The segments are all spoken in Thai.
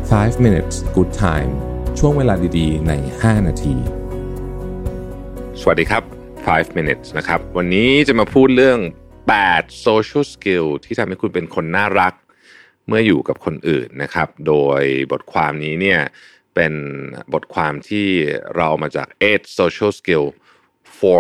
5 minutes good time ช่วงเวลาดีๆใน5นาทีสวัสดีครับ5 minutes นะครับวันนี้จะมาพูดเรื่อง8 social skill ที่ทำให้คุณเป็นคนน่ารักเมื่ออยู่กับคนอื่นนะครับโดยบทความนี้เนี่ยเป็นบทความที่เรามาจาก8 social skill for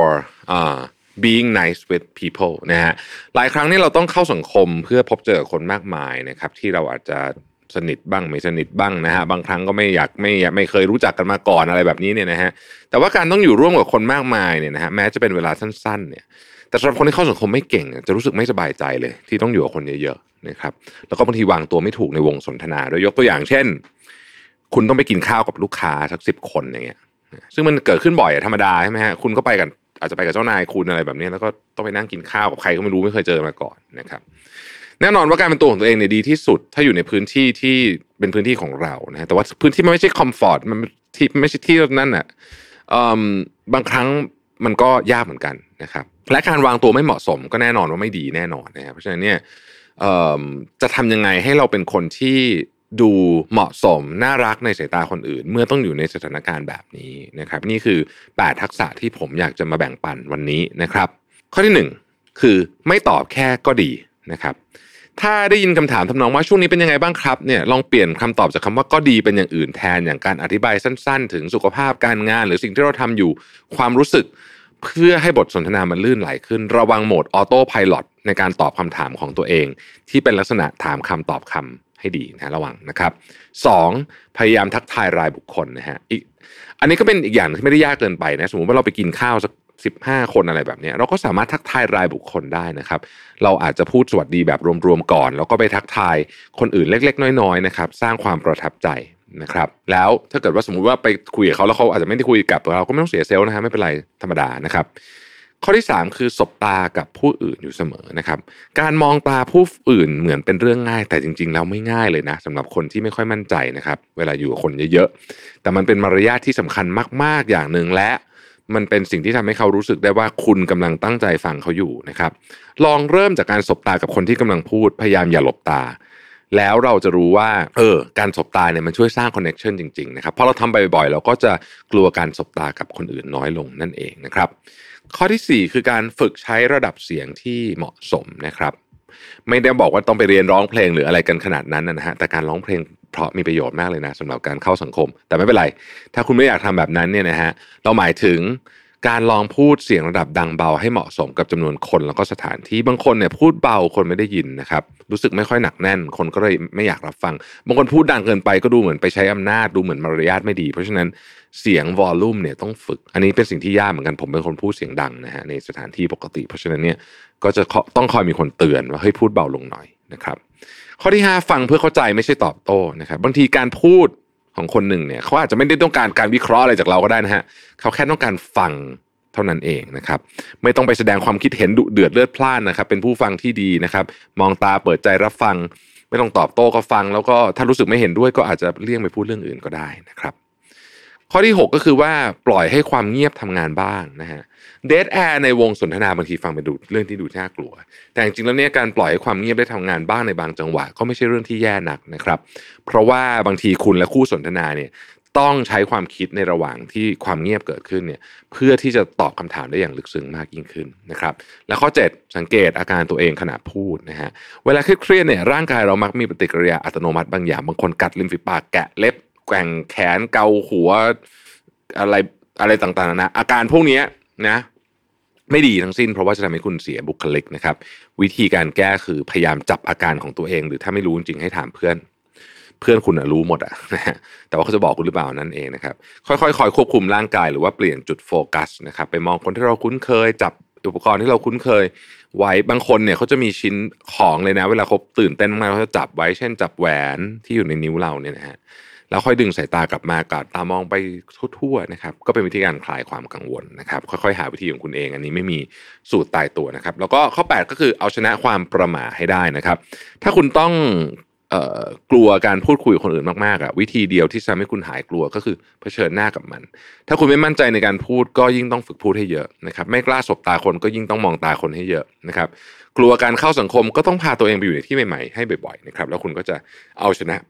being nice with people นะฮะหลายครั้งนี่เราต้องเข้าสังคมเพื่อพบเจอคนมากมายนะครับที่เราอาจจะสนิทบ้างไม่สนิทบ้างนะฮะบางครั้งก็ไม่เคยรู้จักกันมาก่อนอะไรแบบนี้เนี่ยนะฮะแต่ว่าการต้องอยู่ร่วมกับคนมากมายเนี่ยนะฮะแม้จะเป็นเวลาสั้นๆเนี่ยแต่สำหรับคนที่เข้าสังคมไม่เก่งจะรู้สึกไม่สบายใจเลยที่ต้องอยู่กับคนเยอะๆนะครับแล้วก็บางทีวางตัวไม่ถูกในวงสนทนาโดยยกตัวอย่างเช่นคุณต้องไปกินข้าวกับลูกค้าสัก10 คนอย่างเงี้ยซึ่งมันเกิดขึ้นบ่อยธรรมดาใช่ไหมฮะคุณก็ไปกันอาจจะไปกับเจ้านายคุณอะไรแบบนี้แล้วก็ต้องไปนั่งกินข้าวกับใครก็ไม่รู้ไม่เคยเจอมาก่อนนะครับแน่นอนว่าการเป็นตัวของตัวเองเนี่ยดีที่สุดถ้าอยู่ในพื้นที่ที่เป็นพื้นที่ของเรานะแต่ว่าพื้นที่มันไม่ใช่คอมฟอร์ตมันที่ไม่ใช่ที่นั่นน่ะบางครั้งมันก็ยากเหมือนกันนะครับและการวางตัวไม่เหมาะสมก็แน่นอนว่าไม่ดีแน่นอนนะครับเพราะฉะนั้นเนี่ยจะทำยังไงให้เราเป็นคนที่ดูเหมาะสมน่ารักในสายตาคนอื่นเมื่อต้องอยู่ในสถานการณ์แบบนี้นะครับนี่คือ8ทักษะที่ผมอยากจะมาแบ่งปันวันนี้นะครับข้อที่1คือไม่ตอบแค่ก็ดีนะครับถ้าได้ยินคำถามทำนองว่าช่วงนี้เป็นยังไงบ้างครับเนี่ยลองเปลี่ยนคำตอบจากคำว่าก็ดีเป็นอย่างอื่นแทนอย่างการอธิบายสั้นๆถึงสุขภาพการงานหรือสิ่งที่เราทำอยู่ความรู้สึกเพื่อให้บทสนทนามันลื่นไหลขึ้นระวังโหมดออโต้ไพลอตในการตอบคำถามของตัวเองที่เป็นลักษณะถามคำตอบคำให้ดีนะระวังนะครับ2พยายามทักทายรายบุคคลนะฮะอันนี้ก็เป็นอีกอย่างที่ไม่ได้ยากเกินไปนะสมมติว่าเราไปกินข้าวสัก15 คนอะไรแบบนี้เราก็สามารถทักทายรายบุคคลได้นะครับเราอาจจะพูดสวัสดีแบบรวมๆก่อนแล้วก็ไปทักทายคนอื่นเล็กๆน้อยๆนะครับสร้างความประทับใจนะครับแล้วถ้าเกิดว่าสมมุติว่าไปคุยกับเขาแล้วเขาอาจจะไม่ได้คุยกับเราก็ไม่ต้องเสียเซลล์นะฮะไม่เป็นไรธรรมดานะครับข้อที่3คือสบตากับผู้อื่นอยู่เสมอนะครับการมองตาผู้อื่นเหมือนเป็นเรื่องง่ายแต่จริงๆแล้วไม่ง่ายเลยนะสำหรับคนที่ไม่ค่อยมั่นใจนะครับเวลาอยู่กับคนเยอะๆแต่มันเป็นมารยาทที่สำคัญมากๆอย่างนึงและมันเป็นสิ่งที่ทำให้เขารู้สึกได้ว่าคุณกำลังตั้งใจฟังเขาอยู่นะครับลองเริ่มจากการสบตากับคนที่กำลังพูดพยายามอย่าหลบตาแล้วเราจะรู้ว่าการสบตาเนี่ยมันช่วยสร้างคอนเนคชั่นจริงๆนะครับเพราะเราทำไปบ่อยๆเราก็จะกลัวการสบตากับคนอื่นน้อยลงนั่นเองนะครับข้อที่4คือการฝึกใช้ระดับเสียงที่เหมาะสมนะครับไม่ได้บอกว่าต้องไปเรียนร้องเพลงหรืออะไรกันขนาดนั้นนะฮะแต่การร้องเพลงเพราะมีประโยชน์มากเลยนะสำหรับการเข้าสังคมแต่ไม่เป็นไรถ้าคุณไม่อยากทำแบบนั้นเนี่ยนะฮะเราหมายถึงการลองพูดเสียงระดับดังเบาให้เหมาะสมกับจำนวนคนแล้วก็สถานที่บางคนเนี่ยพูดเบาคนไม่ได้ยินนะครับรู้สึกไม่ค่อยหนักแน่นคนก็เลยไม่อยากรับฟังบางคนพูดดังเกินไปก็ดูเหมือนไปใช้อำนาจดูเหมือนมารยาทไม่ดีเพราะฉะนั้นเสียงวอลลุ่มเนี่ยต้องฝึกอันนี้เป็นสิ่งที่ยากเหมือนกันผมเป็นคนพูดเสียงดังนะฮะในสถานที่ปกติเพราะฉะนั้นเนี่ยก็จะต้องคอยมีคนเตือนว่าให้พูดเบาลงหน่อยนะครับข้อที่5ฟังเพื่อเข้าใจไม่ใช่ตอบโต้นะครับบางทีการพูดของคนหนึ่งเนี่ยเขาอาจจะไม่ได้ต้องการวิเคราะห์อะไรจากเราก็ได้นะฮะเขาแค่ต้องการฟังเท่านั้นเองนะครับไม่ต้องไปแสดงความคิดเห็นดุเดือดเลือดพล่านนะครับเป็นผู้ฟังที่ดีนะครับมองตาเปิดใจรับฟังไม่ต้องตอบโต้ก็ฟังแล้วก็ถ้ารู้สึกไม่เห็นด้วยก็อาจจะเลี่ยงไปพูดเรื่องอื่นก็ได้นะครับข้อที่6ก็คือว่าปล่อยให้ความเงียบทำงานบ้างนะฮะเดดแอร์ในวงสนทนาบางทีฟังไปดูเรื่องที่ดูน่ากลัวแต่จริงๆแล้วเนี่ยการปล่อยให้ความเงียบได้ทำงานบ้างในบางจังหวะก็ไม่ใช่เรื่องที่แย่หนักนะครับเพราะว่าบางทีคุณและคู่สนทนาเนี่ยต้องใช้ความคิดในระหว่างที่ความเงียบเกิดขึ้นเนี่ยเพื่อที่จะตอบคำถามได้อย่างลึกซึ้งมากยิ่งขึ้นนะครับและข้อ7สังเกตอาการตัวเองขณะพูดนะฮะเวลาเครียดเนี่ยร่างกายเรามักมีปฏิกิริยาอัตโนมัติบางอย่างบางคนกัดริมฝีปากแกะเล็บแกว่งแขนเกาหัวอะไรต่างๆนะอาการพวกนี้นะไม่ดีทั้งสิ้นเพราะว่าจะทำให้คุณเสียบุคลิกนะครับวิธีการแก้คือพยายามจับอาการของตัวเองหรือถ้าไม่รู้จริงๆให้ถามเพื่อนคุณรู้หมดอะนะฮะแต่ว่าเขาจะบอกคุณหรือเปล่านั่นเองนะครับค่อยๆคอยควบคุมร่างกายหรือว่าเปลี่ยนจุดโฟกัสนะครับไปมองคนที่เราคุ้นเคยจับอุปกรณ์ที่เราคุ้นเคยไว้บางคนเนี่ยเขาจะมีชิ้นของเลยนะเวลาเขาตื่นเต้นมากเขาจะจับไว้เช่นจับแหวนที่อยู่ในนิ้วเราเนี่ยนะฮะแล้วค่อยดึงสายตากลับมากัดตามองไปทั่วๆนะครับก็เป็นวิธีการคลายความกังวลนะครับค่อยๆหาวิธีของคุณเองอันนี้ไม่มีสูตรตายตัวนะครับแล้วก็ข้อ8ก็คือเอาชนะความประหม่าให้ได้นะครับถ้าคุณต้องกลัวการพูดคุยกับคนอื่นมากๆอ่ะวิธีเดียวที่จะทำให้คุณหายกลัวก็คือเผชิญหน้ากับมันถ้าคุณไม่มั่นใจในการพูดก็ยิ่งต้องฝึกพูดให้เยอะนะครับไม่กล้าสบตาคนก็ยิ่งต้องมองตาคนให้เยอะนะครับกลัวการเข้าสังคมก็ต้องพาตัวเองไปอยู่ในที่ใหม่ๆให้บ่อยๆนะครับแล้วคุณก็จะเอาชนะ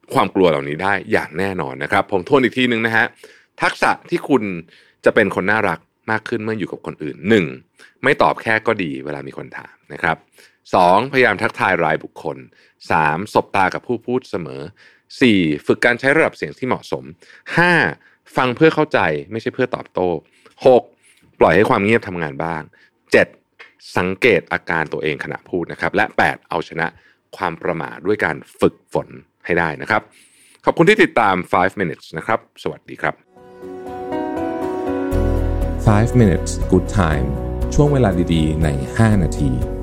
ความกลัวเหล่านี้ได้อย่างแน่นอนนะครับผมทวนอีกทีนึงนะฮะทักษะที่คุณจะเป็นคนน่ารักมากขึ้นเมื่ออยู่กับคนอื่น 1. ไม่ตอบแค่ก็ดีเวลามีคนถามนะครับ 2. พยายามทักทายรายบุคคล 3. สบตากับผู้พูดเสมอ 4. ฝึกการใช้ระดับเสียงที่เหมาะสม 5. ฟังเพื่อเข้าใจไม่ใช่เพื่อตอบโต้ 6. ปล่อยให้ความเงียบทำงานบ้าง 7. สังเกตอาการตัวเองขณะพูดนะครับและ 8. เอาชนะความประหม่าด้วยการฝึกฝนให้ได้นะครับขอบคุณที่ติดตาม 5 minutes นะครับสวัสดีครับ 5 minutes good time ช่วงเวลาดีๆใน5 นาที